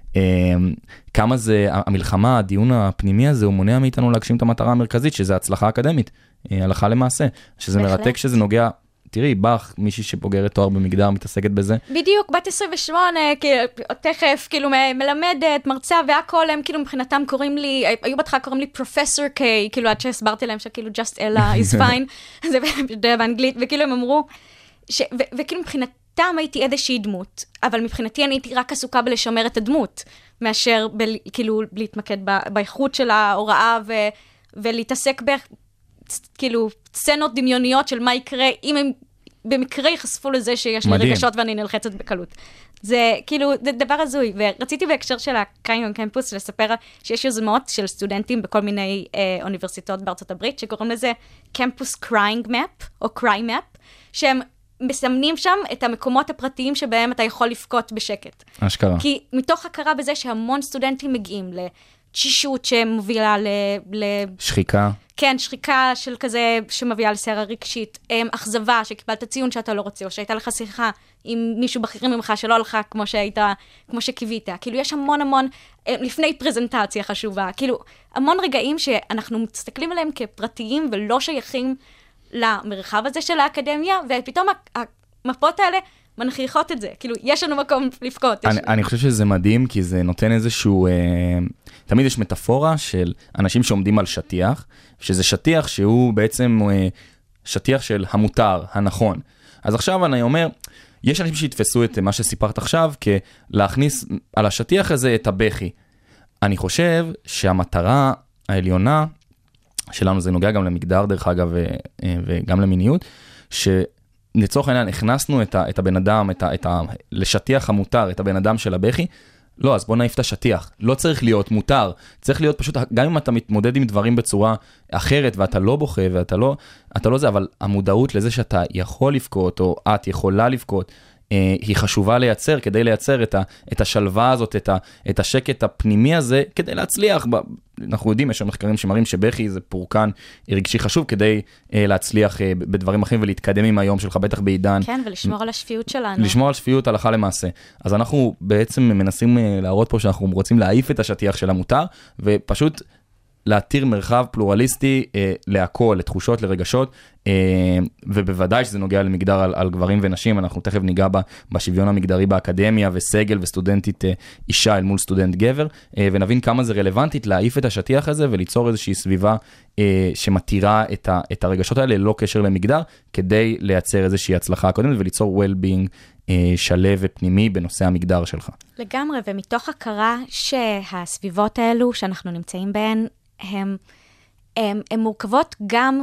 כמה זה, המלחמה, הדיון הפנימי הזה, הוא מונע מאיתנו להגשים את המטרה המרכזית, שזה הצלחה אקדמית, הלכה למעשה, שזה מרתק שזה נוגע, תראי, בך, מישהי שבוגרת תואר במגדר, מתעסקת בזה. בדיוק, בת עשרים ושמונה, תכף, כאילו, מלמדת, מרצה, והכל, הם כאילו מבחינתם קוראים לי, היו בתך קוראים לי פרופסור קיי, כאילו, עד שהסברתי להם שכאילו, just Ella is fine, זה באנגלית, וכאילו הם אמרו, וכאילו מבחינת, טעם הייתי איזושהי דמות, אבל מבחינתי אני הייתי רק עסוקה בלשמר את הדמות, מאשר ב, כאילו להתמקד ב, באיכות של ההוראה ו, ולהתעסק ב, כאילו, סצנות דמיוניות של מה יקרה, אם הם במקרה יחשפו לזה שיש לי רגשות ואני נלחצת בקלות. זה כאילו, זה דבר הזוי, ורציתי בהקשר של הקריין און קמפוס לספר שיש יוזמות של סטודנטים בכל מיני אה, אוניברסיטאות בארצות הברית, שקוראים לזה קמפוס קריינג מפ, או קריי מפ, שהם מסמנים שם את המקומות הפרטיים שבהם אתה יכול לפקוט בשקט. אשכרה. כי מתוך הכרה בזה שהמון סטודנטים מגיעים לתשישות שמובילה ל... ל... שחיקה. כן, שחיקה של כזה שמביאה לסערה רגשית, אכזבה שקיבלת ציון שאתה לא רוצה, או שהייתה לך שיחה עם מישהו בכיר ממך שלא הלכה כמו שהיית, כמו שקיווית. כאילו יש המון המון, לפני פרזנטציה חשובה, כאילו המון רגעים שאנחנו מסתכלים עליהם כפרטיים ולא שייכים למרחב הזה של האקדמיה, ופתאום המפות האלה מנכיחות את זה. כאילו, יש לנו מקום לבכות. אני, אני חושב שזה מדהים, כי זה נותן איזשהו... אה, תמיד יש מטאפורה של אנשים שעומדים על שטיח, שזה שטיח שהוא בעצם אה, שטיח של המותר, הנכון. אז עכשיו אני אומר, יש אנשים שיתפסו את מה שסיפרת עכשיו, כלהכניס על השטיח הזה את הבכי. אני חושב שהמטרה העליונה שלנו, זה נוגע גם למגדר דרך אגב, וגם למיניות, שלצורך העניין הכנסנו את, ה, את הבן אדם, את ה, את ה, לשטיח המותר, את הבן אדם של הבכי, לא, אז בוא נעיף את השטיח. לא צריך להיות מותר, צריך להיות פשוט, גם אם אתה מתמודד עם דברים בצורה אחרת, ואתה לא בוכה, ואתה לא, אתה לא זה, אבל המודעות לזה שאתה יכול לבכות, או את יכולה לבכות, היא חשובה לייצר, כדי לייצר את, ה, את השלווה הזאת, את, ה, את השקט הפנימי הזה, כדי להצליח. אנחנו יודעים, יש מחקרים שמראים שבכי זה פורקן רגשי חשוב, כדי אה, להצליח אה, בדברים אחרים ולהתקדם עם היום שלך, בטח בעידן. כן, ולשמור על השפיות שלנו. לשמור על שפיות הלכה למעשה. אז אנחנו בעצם מנסים אה, להראות פה שאנחנו רוצים להעיף את השטיח של המותר, ופשוט להתיר מרחב פלורליסטי אה, להכל, לתחושות, לרגשות, אה, ובוודאי שזה נוגע למגדר על, על גברים ונשים, אנחנו תכף ניגע בה, בשוויון המגדרי באקדמיה, וסגל וסטודנטית אה, אישה אל מול סטודנט גבר, אה, ונבין כמה זה רלוונטית להעיף את השטיח הזה, וליצור איזושהי סביבה אה, שמתירה את, ה, את הרגשות האלה ללא קשר למגדר, כדי לייצר איזושהי הצלחה הקודמת, וליצור well-being אה, שלב ופנימי בנושא המגדר שלך. לגמרי, ומתוך הכרה שהסביבות האלו שאנחנו נמצאים בהן, הן, הן, הן מורכבות גם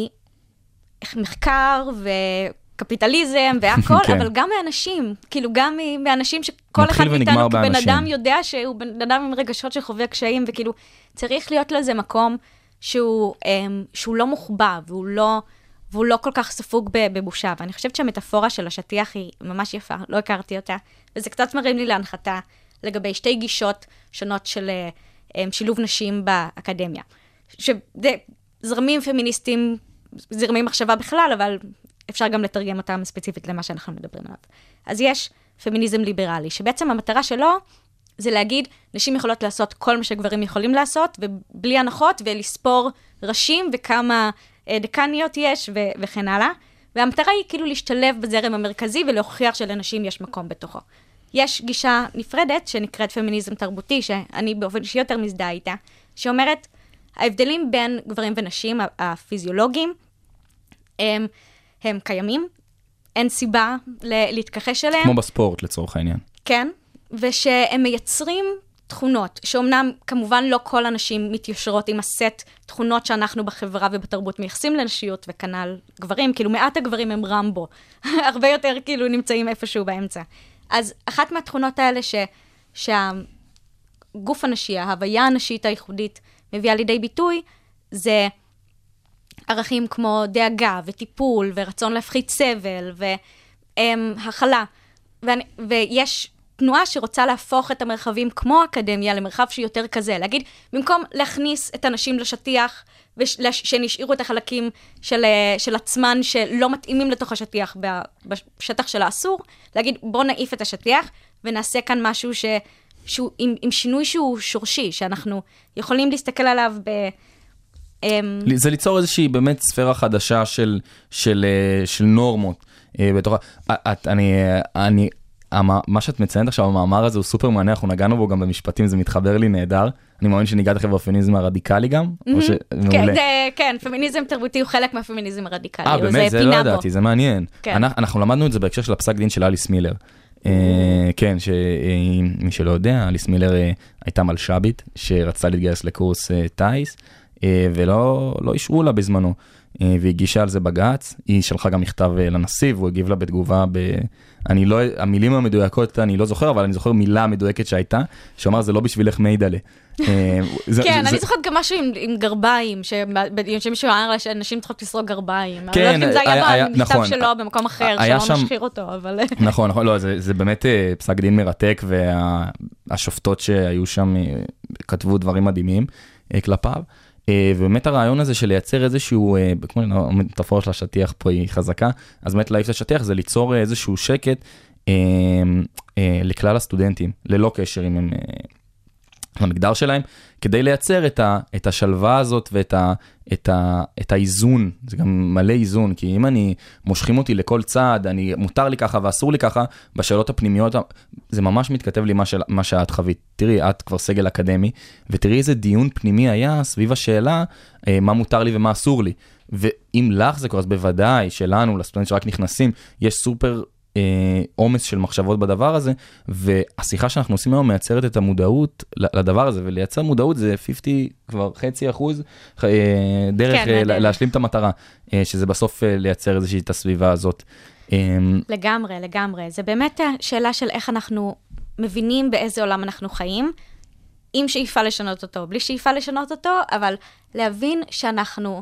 ממחקר וקפיטליזם והכל, כן. אבל גם מאנשים, כאילו גם מאנשים שכל אחד מאיתנו כבן אדם יודע שהוא בן אדם עם רגשות שחווה קשיים, וכאילו צריך להיות לזה מקום שהוא, שהוא לא מוחבא, והוא לא, והוא לא כל כך ספוג בבושה. ואני חושבת שהמטאפורה של השטיח היא ממש יפה, לא הכרתי אותה, וזה קצת מרים לי להנחתה לגבי שתי גישות שונות של שילוב נשים באקדמיה. שזה זרמים פמיניסטיים, זרמים מחשבה בכלל, אבל אפשר גם לתרגם אותם ספציפית למה שאנחנו מדברים עליו. אז יש פמיניזם ליברלי, שבעצם המטרה שלו זה להגיד, נשים יכולות לעשות כל מה שגברים יכולים לעשות, ובלי הנחות, ולספור ראשים וכמה דקניות יש ו- וכן הלאה. והמטרה היא כאילו להשתלב בזרם המרכזי, ולהוכיח שלנשים יש מקום בתוכו. יש גישה נפרדת שנקראת פמיניזם תרבותי, שאני באופן אישי יותר מזדהה איתה, שאומרת, ההבדלים בין גברים ונשים, הפיזיולוגיים, הם, הם קיימים, אין סיבה להתכחש אליהם. כמו בספורט לצורך העניין. כן, ושהם מייצרים תכונות, שאומנם כמובן לא כל הנשים מתיישרות עם הסט תכונות שאנחנו בחברה ובתרבות מייחסים לנשיות, וכנ"ל גברים, כאילו מעט הגברים הם רמבו, הרבה יותר כאילו נמצאים איפשהו באמצע. אז אחת מהתכונות האלה ש, שהגוף הנשי, ההוויה הנשית הייחודית מביאה לידי ביטוי, זה ערכים כמו דאגה וטיפול ורצון להפחית סבל והכלה. ואני, ויש תנועה שרוצה להפוך את המרחבים כמו האקדמיה למרחב שיותר כזה. להגיד, במקום להכניס את הנשים לשטיח, ושנשאירו את החלקים של, של עצמן שלא מתאימים לתוך השטיח בשטח של האסור, להגיד, בוא נעיף את השטיח ונעשה כאן משהו ש, שהוא, עם, עם שינוי שהוא שורשי, שאנחנו יכולים להסתכל עליו ב... זה ליצור איזושהי באמת ספירה חדשה של, של, של נורמות. בתוך, את, אני, אני, מה שאת מציינת עכשיו, המאמר הזה הוא סופר מעניין, אנחנו נגענו בו גם במשפטים, זה מתחבר לי נהדר. אני מאמין שניגעת אחרי בפמיניזם הרדיקלי גם? כן, פמיניזם תרבותי הוא חלק מהפמיניזם הרדיקלי. אה, באמת? זה לא ידעתי, זה מעניין. אנחנו למדנו את זה בהקשר של הפסק דין של אליס מילר. כן, שמי שלא יודע, אליס מילר הייתה מלשבית, שרצתה להתגייס לקורס טייס, ולא אישרו לה בזמנו. והגישה על זה בגץ, היא שלחה גם מכתב לנשיא, והוא הגיב לה בתגובה, ב... אני לא, המילים המדויקות אני לא זוכר, אבל אני זוכר מילה מדויקת שהייתה, שאומר זה לא בשבילך מידלה. כן, אני זוכרת גם משהו עם גרביים, שמישהו אמר שאנשים צריכות לסרוק גרביים. אני לא יודעת אם זה היה במכתב שלו במקום אחר, שלא נשחיר אותו, אבל... נכון, נכון, לא, זה באמת פסק דין מרתק, והשופטות שהיו שם כתבו דברים מדהימים כלפיו. ובאמת הרעיון הזה של לייצר איזשהו, כמו המטאפורה של השטיח פה היא חזקה, אז באמת להעיף את השטיח זה ליצור איזשהו שקט לכלל הסטודנטים, ללא קשר אם הם למגדר שלהם, כדי לייצר את, ה, את השלווה הזאת ואת ה, את ה, את האיזון, זה גם מלא איזון, כי אם אני מושכים אותי לכל צעד, אני מותר לי ככה ואסור לי ככה, בשאלות הפנימיות, זה ממש מתכתב לי מה, של, מה שאת חווית. תראי, את כבר סגל אקדמי, ותראי איזה דיון פנימי היה סביב השאלה, מה מותר לי ומה אסור לי. ואם לך זה קורה, אז בוודאי שלנו, לסטודנט שרק נכנסים, יש סופר עומס של מחשבות בדבר הזה, והשיחה שאנחנו עושים היום מייצרת את המודעות לדבר הזה, ולייצר מודעות זה חמישים, כבר חצי אחוז, דרך להשלים את המטרה, שזה בסוף לייצר איזושהי את הסביבה הזאת. לגמרי, לגמרי. זה באמת השאלה של איך אנחנו מבינים באיזה עולם אנחנו חיים, עם שאיפה לשנות אותו, בלי שאיפה לשנות אותו, אבל להבין שאנחנו...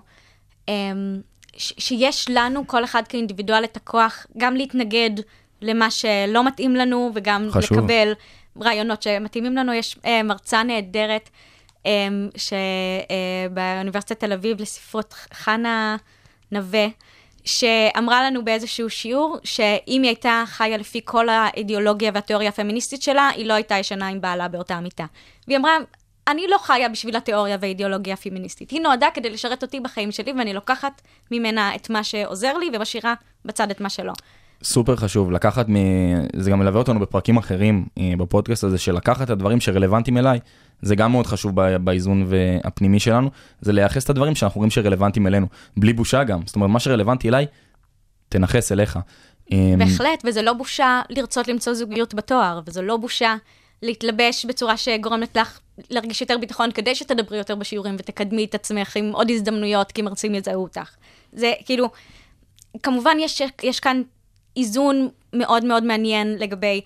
שיש לנו, כל אחד כאינדיבידואל, את הכוח גם להתנגד למה שלא מתאים לנו, וגם חשוב. לקבל רעיונות שמתאימים לנו. יש אה, מרצה נהדרת, אה, שבאוניברסיטת תל אביב לספרות, חנה נווה, שאמרה לנו באיזשהו שיעור, שאם היא הייתה חיה לפי כל האידיאולוגיה והתיאוריה הפמיניסטית שלה, היא לא הייתה ישנה עם בעלה באותה מיטה. והיא אמרה, אני לא חיה בשביל התיאוריה והאידיאולוגיה הפמיניסטית. היא נועדה כדי לשרת אותי בחיים שלי, ואני לוקחת ממנה את מה שעוזר לי, ומשאירה בצד את מה שלא. סופר חשוב, לקחת, מ... זה גם מלווה אותנו בפרקים אחרים בפודקאסט הזה, שלקחת את הדברים שרלוונטיים אליי, זה גם מאוד חשוב באיזון הפנימי שלנו, זה לייחס את הדברים שאנחנו רואים שרלוונטיים אלינו, בלי בושה גם. זאת אומרת, מה שרלוונטי אליי, תנחס אליך. בהחלט, וזה לא בושה לרצות למצוא זוגיות בתואר, וזה לא בושה להתלבש בצורה שגורמת לך להרגיש יותר ביטחון, כדי שתדברי יותר בשיעורים ותקדמי את עצמך עם עוד הזדמנויות, כי מרצים יזהו אותך. זה כאילו, כמובן יש, יש כאן איזון מאוד מאוד מעניין לגבי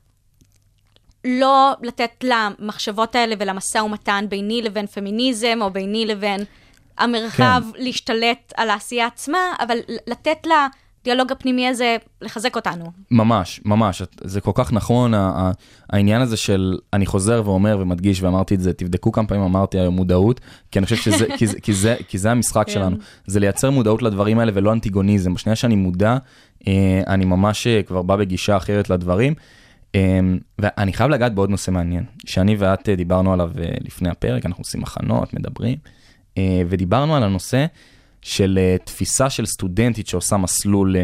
לא לתת למחשבות האלה ולמשא ומתן ביני לבין פמיניזם, או ביני לבין המרחב כן. להשתלט על העשייה עצמה, אבל לתת לה דיאלוג הפנימי הזה לחזק אותנו. ממש, ממש. זה כל כך נכון, העניין הזה של, אני חוזר ואומר ומדגיש, ואמרתי את זה, תבדקו כמה פעמים אמרתי היום מודעות, כי אני חושב שזה, כי זה, כי זה, כי זה המשחק שלנו. זה לייצר מודעות לדברים האלה ולא אנטיגוניזם. בשנייה שאני מודע, אני ממש כבר בא בגישה אחרת לדברים, ואני חייב לגעת בעוד נושא מעניין, שאני ואת דיברנו עליו לפני הפרק, אנחנו עושים מחנות, מדברים, ודיברנו על הנושא של תפיסה של סטודנטית שעושה מסלול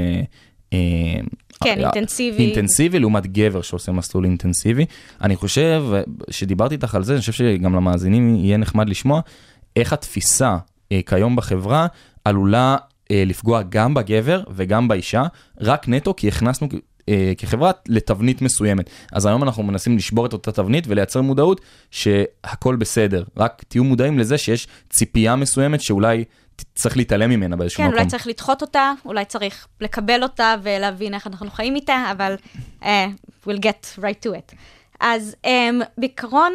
כן, אינטנסיבי. אינטנסיבי, לעומת גבר שעושה מסלול אינטנסיבי. אני חושב שדיברתי איתך על זה, אני חושב שגם למאזינים יהיה נחמד לשמוע, איך התפיסה כיום בחברה עלולה לפגוע גם בגבר וגם באישה, רק נטו כי הכנסנו כחברה לתבנית מסוימת. אז היום אנחנו מנסים לשבור את אותה תבנית ולייצר מודעות שהכל בסדר. רק תהיו מודעים לזה שיש ציפייה מסוימת שאולי צריך להתעלם ממנה באיזשהו כן, מקום. אולי צריך לדחות אותה, אולי צריך לקבל אותה ולהבין איך אנחנו חיים איתה, אבל uh, we'll get right to it. אז um, בעיקרון,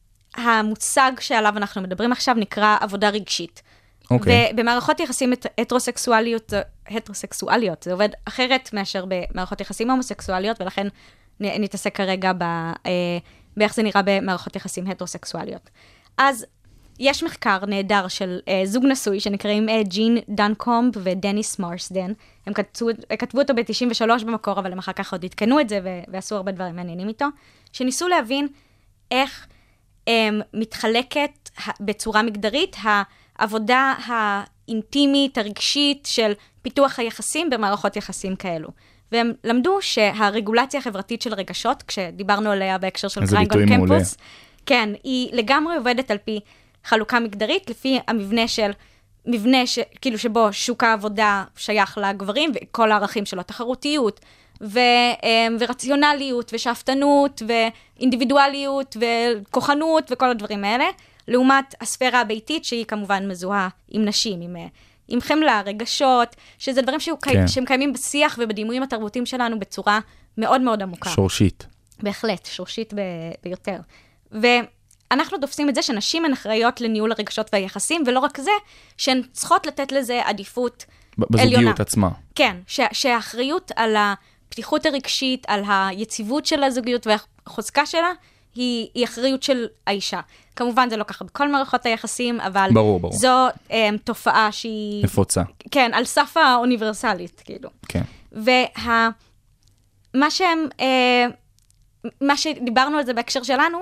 המושג שעליו אנחנו מדברים עכשיו נקרא עבודה רגשית. אוקיי. ובמערכות יחסים הטרוסקסואליות, הטרוסקסואליות, זה עובד אחרת מאשר במערכות יחסים הומוסקסואליות, ולכן נתעסק כרגע ב, uh, באיך זה נראה במערכות יחסים הטרוסקסואליות. אז יש מחקר נהדר של uh, זוג נשוי, שנקראים uh, ג'ין דנקומב ודניס מרסדן. הם כתבו, כתבו אותו ב-תשעים ושלוש במקור, אבל הם אחר כך עוד התקנו את זה, ו- ועשו הרבה דברים מעניינים איתו, שניסו להבין איך um, מתחלקת בצורה מגדרית העבודה האינטימית, הרגשית של פיתוח היחסים במערכות יחסים כאלו. והם למדו שהרגולציה החברתית של רגשות, כשדיברנו עליה בהקשר של קריינג און קמפוס, כן, היא לגמרי עובדת על פי חלוקה מגדרית, לפי המבנה של, מבנה ש, כאילו שבו שוק העבודה שייך לגברים, וכל הערכים שלו, תחרותיות, ו, ורציונליות, ושאפתנות, ואינדיבידואליות, וכוחנות, וכל הדברים האלה, לעומת הספירה הביתית, שהיא כמובן מזוהה עם נשים, עם, עם חמלה, רגשות, שזה דברים שהוא, כן. שהם קיימים בשיח ובדימויים התרבותיים שלנו בצורה מאוד מאוד עמוקה. שורשית. בהחלט, שורשית ב, ביותר. ו... אנחנו תופסים את זה שנשים הן אחראיות לניהול הרגשות והיחסים, ולא רק זה, שהן צריכות לתת לזה עדיפות בזוגיות עליונה. בזוגיות עצמה. כן, ש- שהאחריות על הפתיחות הרגשית, על היציבות של הזוגיות והחוזקה שלה, היא, היא אחריות של האישה. כמובן, זה לא ככה בכל מערכות היחסים, אבל ברור, ברור. זו um, תופעה שהיא... נפוצה. כן, על סף האוניברסלית, כאילו. כן. וה... מה שהם... Uh, מה שדיברנו על זה בהקשר שלנו,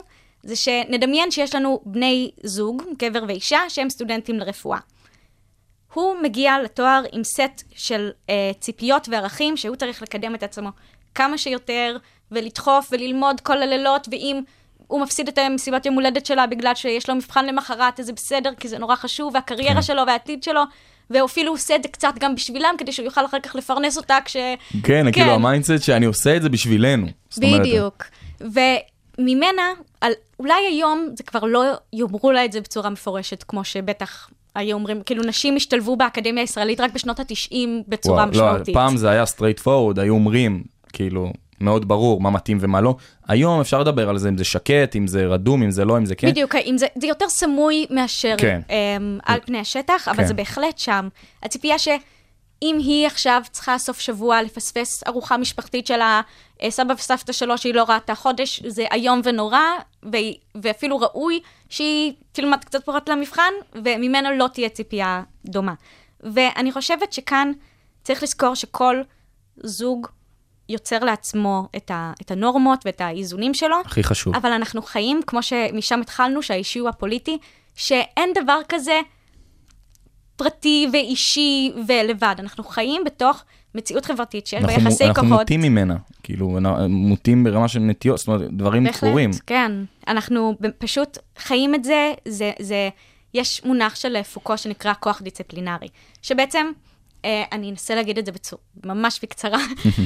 זה שנדמיין שיש לנו בני זוג, גבר ואישה, שהם סטודנטים לרפואה. הוא מגיע לתואר עם סט של אה, ציפיות וערכים, שהוא צריך לקדם את עצמו כמה שיותר, ולדחוף וללמוד כל הלילות, ואם הוא מפסיד את המסיבת יום הולדת שלה, בגלל שיש לו מבחן למחרת, אז זה בסדר, כי זה נורא חשוב, והקריירה כן. שלו והעתיד שלו, ואפילו הוא עושה את זה קצת גם בשבילם, כדי שהוא יוכל אחר כך לפרנס אותה כש... כן, כן. כאילו המיינדסט שאני עושה את זה בשבילנו. בדיוק. וממנה, על, אולי היום זה כבר לא יאמרו לה את זה בצורה מפורשת, כמו שבטח היו אומרים, כאילו נשים השתלבו באקדמיה הישראלית רק בשנות ה-תשעים בצורה וואו, משמעותית. לא, פעם זה היה straight forward, היו אומרים, כאילו... מאוד ברור מה מתאים ומה לא. היום אפשר לדבר על זה, אם זה שקט, אם זה רדום, אם זה לא, אם זה כן. בדיוק, אם זה, זה יותר סמוי מאשר כן. um, על פני השטח, אבל כן. זה בהחלט שם. הציפייה שאם היא עכשיו צריכה סוף שבוע לפספס ארוחה משפחתית של הסבא וסבתא שלו, שהיא לא ראתה חודש, זה היום ונורא, ו- ואפילו ראוי שהיא תלמד קצת פחות למבחן, וממנו לא תהיה ציפייה דומה. ואני חושבת שכאן צריך לזכור שכל זוג יוצר לעצמו את, ה, את הנורמות ואת האיזונים שלו. הכי חשוב. אבל אנחנו חיים, כמו שמשם התחלנו, שהאישי הוא הפוליטי, שאין דבר כזה פרטי ואישי ולבד. אנחנו חיים בתוך מציאות חברתית שיש ביחסי כוחות. אנחנו מוטים ממנה, כאילו, מוטים ברמה של נטיות, זאת אומרת, דברים קורים. כן, אנחנו פשוט חיים את זה, זה, זה, יש מונח של פוקו שנקרא כוח דיסציפלינרי, שבעצם, אני אנסה להגיד את זה בצורה ממש בקצרה,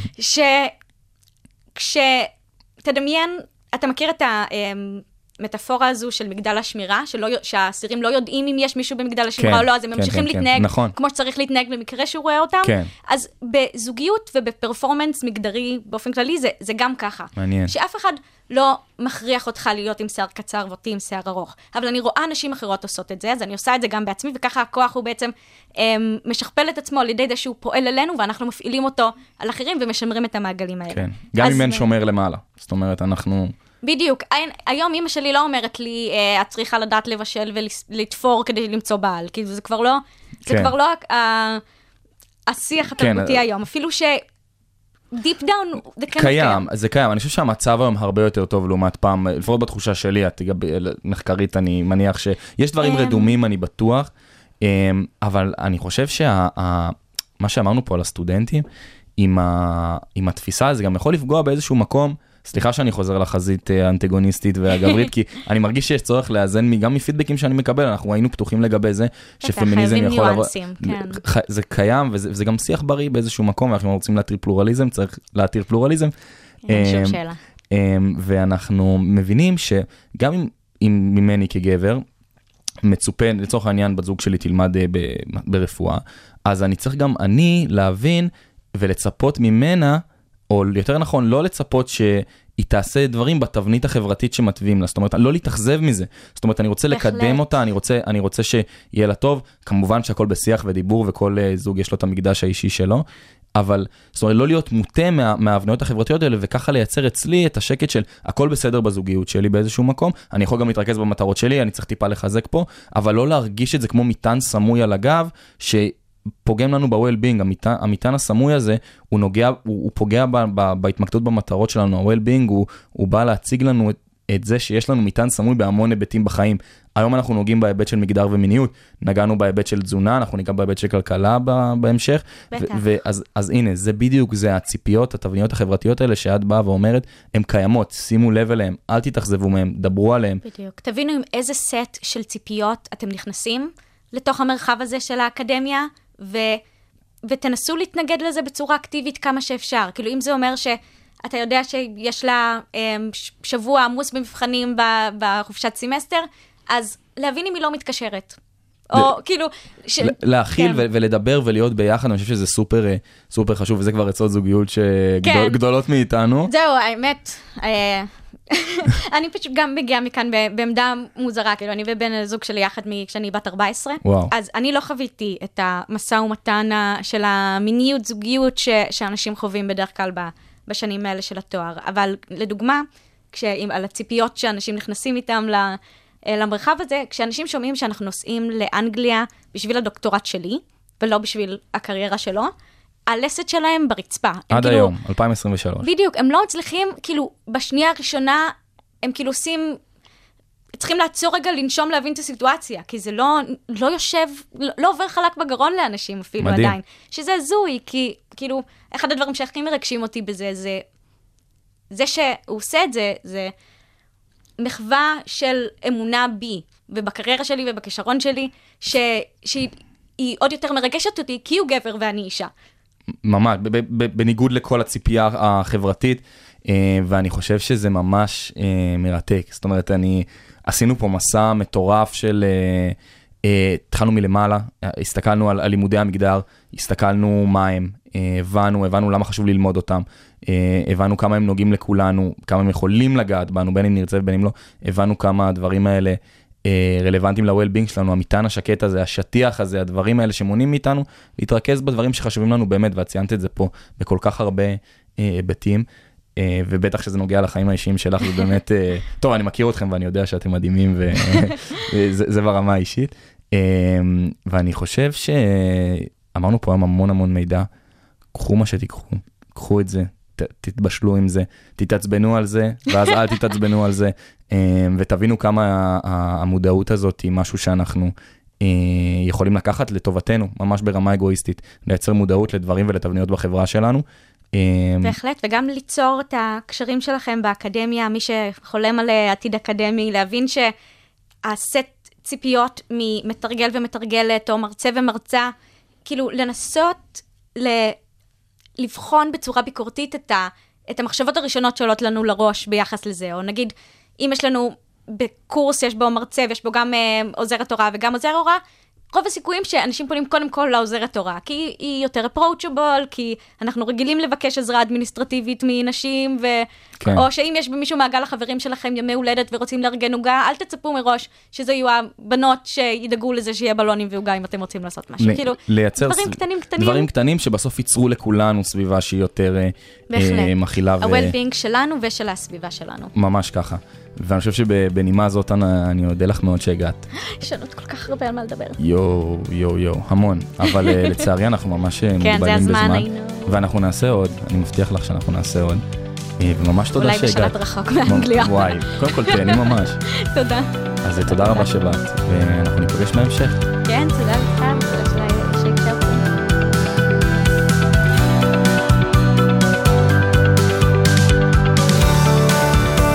שכשתדמיין, אתה מכיר את המטאפורה הזו של מגדל השמירה, שהאסירים לא יודעים אם יש מישהו במגדל השמירה או לא, אז הם ממשיכים להתנהג כמו שצריך להתנהג במקרה שהוא רואה אותם. אז בזוגיות ובפרפורמנס מגדרי באופן כללי, זה גם ככה. מעניין. שאף אחד לא מכריח אותך להיות עם שיער קצר ואותי עם שיער ארוך. אבל אני רואה נשים אחרות עושות את זה, אז אני עושה את זה גם בעצמי, וככה הכוח הוא בעצם הם, משכפל את עצמו על ידי זה שהוא פועל אלינו, ואנחנו מפעילים אותו על אחרים ומשמרים את המעגלים האלה. כן, גם אם אין שומר למעלה. זאת אומרת, אנחנו... בדיוק. היום אמא שלי לא אומרת לי, את צריכה לדעת לבשל ולתפור כדי למצוא בעל, כי זה כבר לא, זה כבר לא השיח התרבותי היום. אפילו ש... דיפ דאון, זה כן קיים, זה קיים. אני חושב שהמצב היום הרבה יותר טוב לעומת פעם, לפחות בתחושה שלי, מחקרית אני מניח שיש דברים רדומים, אני בטוח, אבל אני חושב שמה שאמרנו פה על הסטודנטים, עם התפיסה, זה גם יכול לפגוע באיזשהו מקום, סליחה שאני חוזר לחזית האנטגוניסטית והגברית, כי אני מרגיש שיש צורך לאזן גם מפידבקים שאני מקבל, אנחנו היינו פתוחים לגבי זה, שפמיניזם יכול לבוא... זה קיים, וזה גם שיח בריא באיזשהו מקום, ואנחנו רוצים להתיר פלורליזם, צריך להתיר פלורליזם. אין שום שאלה. ואנחנו מבינים שגם אם ממני כגבר, מצופה, לצורך העניין, בת זוג שלי תלמד ברפואה, אז אני צריך גם אני להבין ולצפות ממנה, או יותר נכון, לא לצפות שהיא תעשה דברים בתבנית החברתית שמטביעים לה. זאת אומרת, לא להתאכזב מזה. זאת אומרת, אני רוצה לקדם אותה, אני רוצה, אני רוצה שיהיה לה טוב. כמובן שהכל בשיח ודיבור, וכל זוג יש לו את המקדש האישי שלו. אבל, זאת אומרת, לא להיות מוטה מה, מההבניות החברתיות האלה, וככה לייצר אצלי את השקט של הכל בסדר בזוגיות שלי באיזשהו מקום. אני יכול גם להתרכז במטרות שלי, אני צריך טיפה לחזק פה, אבל לא להרגיש את זה כמו מטען סמוי על הגב, ש... פוגם לנו ב-well-being, המטען, המטען הסמוי הזה, הוא נוגע, הוא, הוא פוגע ב, ב, בהתמקדות במטרות שלנו, ה-well-being הוא, הוא בא להציג לנו את, את זה שיש לנו מטען סמוי בהמון היבטים בחיים. היום אנחנו נוגעים בהיבט של מגדר ומיניות, נגענו בהיבט של תזונה, אנחנו ניגע בהיבט של כלכלה בהמשך, ואז, אז הנה, זה בדיוק, זה הציפיות, התבניות החברתיות האלה שאת באה ואומרת, הן קיימות, שימו לב אליהן, אל תתאכזבו מהן, דברו עליהן. בדיוק, תבינו עם איזה סט של ציפיות אתם נכנסים לתוך המרחב הזה של האקדמיה, ו... ותנסו להתנגד לזה בצורה אקטיבית כמה שאפשר. כאילו, אם זה אומר שאתה יודע שיש לה שבוע עמוס במבחנים בחופשת סמסטר, אז להבין אם היא לא מתקשרת. או כאילו... להכיל ולדבר ולהיות ביחד, אני חושב שזה סופר, סופר חשוב, וזה כבר עצות זוגיות שגדולות מאיתנו. זהו, האמת... אני פשוט גם מגיעה מכאן בעמדה מוזרה, כאילו אני ובן הזוג שלי יחד כשאני בת ארבע עשרה, אז אני לא חוויתי את המשא ומתן של המיניות, זוגיות שאנשים חווים בדרך כלל בשנים האלה של התואר, אבל לדוגמה, על הציפיות שאנשים נכנסים איתם למרחב הזה, כשאנשים שומעים שאנחנו נוסעים לאנגליה בשביל הדוקטורט שלי, ולא בשביל הקריירה שלו, הלסת שלהם ברצפה. עד כאילו, היום, אלפיים עשרים ושלוש. בדיוק, הם לא מצליחים, כאילו, בשנייה הראשונה, הם כאילו עושים צריכים לעצור רגע לנשום להבין את הסיטואציה, כי זה לא, לא יושב, לא, לא עובר חלק בגרון לאנשים אפילו מדהים. עדיין. שזה זוי, כי כאילו, אחד הדברים שהכי מרגשים אותי בזה, זה, זה שהוא עושה את זה, זה מחווה של אמונה בי, ובקריירה שלי ובכישרון שלי, ש, שהיא עוד יותר מרגשת אותי, כי הוא גבר ואני אישה. ממש, בניגוד לכל הציפייה החברתית, ואני חושב שזה ממש מרתק. זאת אומרת, אני, עשינו פה מסע מטורף של, התחלנו מלמעלה, הסתכלנו על, על לימודי המגדר, הסתכלנו מה הם, הבנו, הבנו למה חשוב ללמוד אותם, הבנו כמה הם נוגעים לכולנו, כמה הם יכולים לגעת בנו, בין אם נרצה ובין אם לא, הבנו כמה הדברים האלה רלוונטיים ל-well-being שלנו, המטען השקט הזה, השטיח הזה, הדברים האלה שמונים מאיתנו, להתרכז בדברים שחשובים לנו באמת, ואת ציינת את זה פה בכל כך הרבה היבטים, ובטח שזה נוגע לחיים האישיים שלך, זה באמת, טוב, אני מכיר אתכם ואני יודע שאתם מדהימים, וזה ברמה האישית, ואני חושב שאמרנו פה המון המון מידע, קחו מה שתיקחו, קחו את זה, תתבשלו עם זה, תתעצבנו על זה, ואז אל תתעצבנו על זה, ותבינו כמה המודעות הזאת היא משהו שאנחנו יכולים לקחת לטובתנו, ממש ברמה אגואיסטית, לייצר מודעות לדברים ולתבניות בחברה שלנו. בהחלט, וגם ליצור את הקשרים שלכם באקדמיה, מי שחולם על עתיד אקדמי, להבין שהסט ציפיות ממתרגל ומתרגלת, או מרצה ומרצה, כאילו לנסות ל... לבחון בצורה ביקורתית את, ה, את המחשבות הראשונות שעולות לנו לראש ביחס לזה, או נגיד, אם יש לנו בקורס, יש בו מרצה, ויש בו גם אה, עוזרת הוראה וגם עוזר הוראה, רוב הסיכויים שאנשים פונים קודם כל לעוזרת הוראה, כי היא יותר approachable, כי אנחנו רגילים לבקש עזרה אדמיניסטרטיבית מנשים, ו... כן. או שאם יש במישהו מעגל החברים שלכם ימי הולדת ורוצים לארגן עוגה, אל תצפו מראש שזה יהיו הבנות שידאגו לזה שיהיה בלונים ועוגה אם אתם רוצים לעשות משהו. ל- כאילו, דברים ס... קטנים קטנים. דברים קטנים שבסוף ייצרו לכולנו סביבה שהיא יותר אה, מכילה. ו... ה-well-being שלנו ושל הסביבה שלנו. ממש ככה. ואני חושב שבנימה הזאת אני אודה לך מאוד שהגעת. יש לנו כל כך הרבה על מה לדבר. יו, יו, יו, המון. אבל לצערי אנחנו ממש מוגבלים בזמן. ואנחנו נעשה עוד, אני מבטיח לך שאנחנו נעשה עוד. וממש תודה שהגעת. אולי בשלט רחוק מאנגליה. וואי, קודם כל תהני ממש. תודה. אז תודה רבה שבאת, ואנחנו ניפגש בהמשך. כן, תודה לך.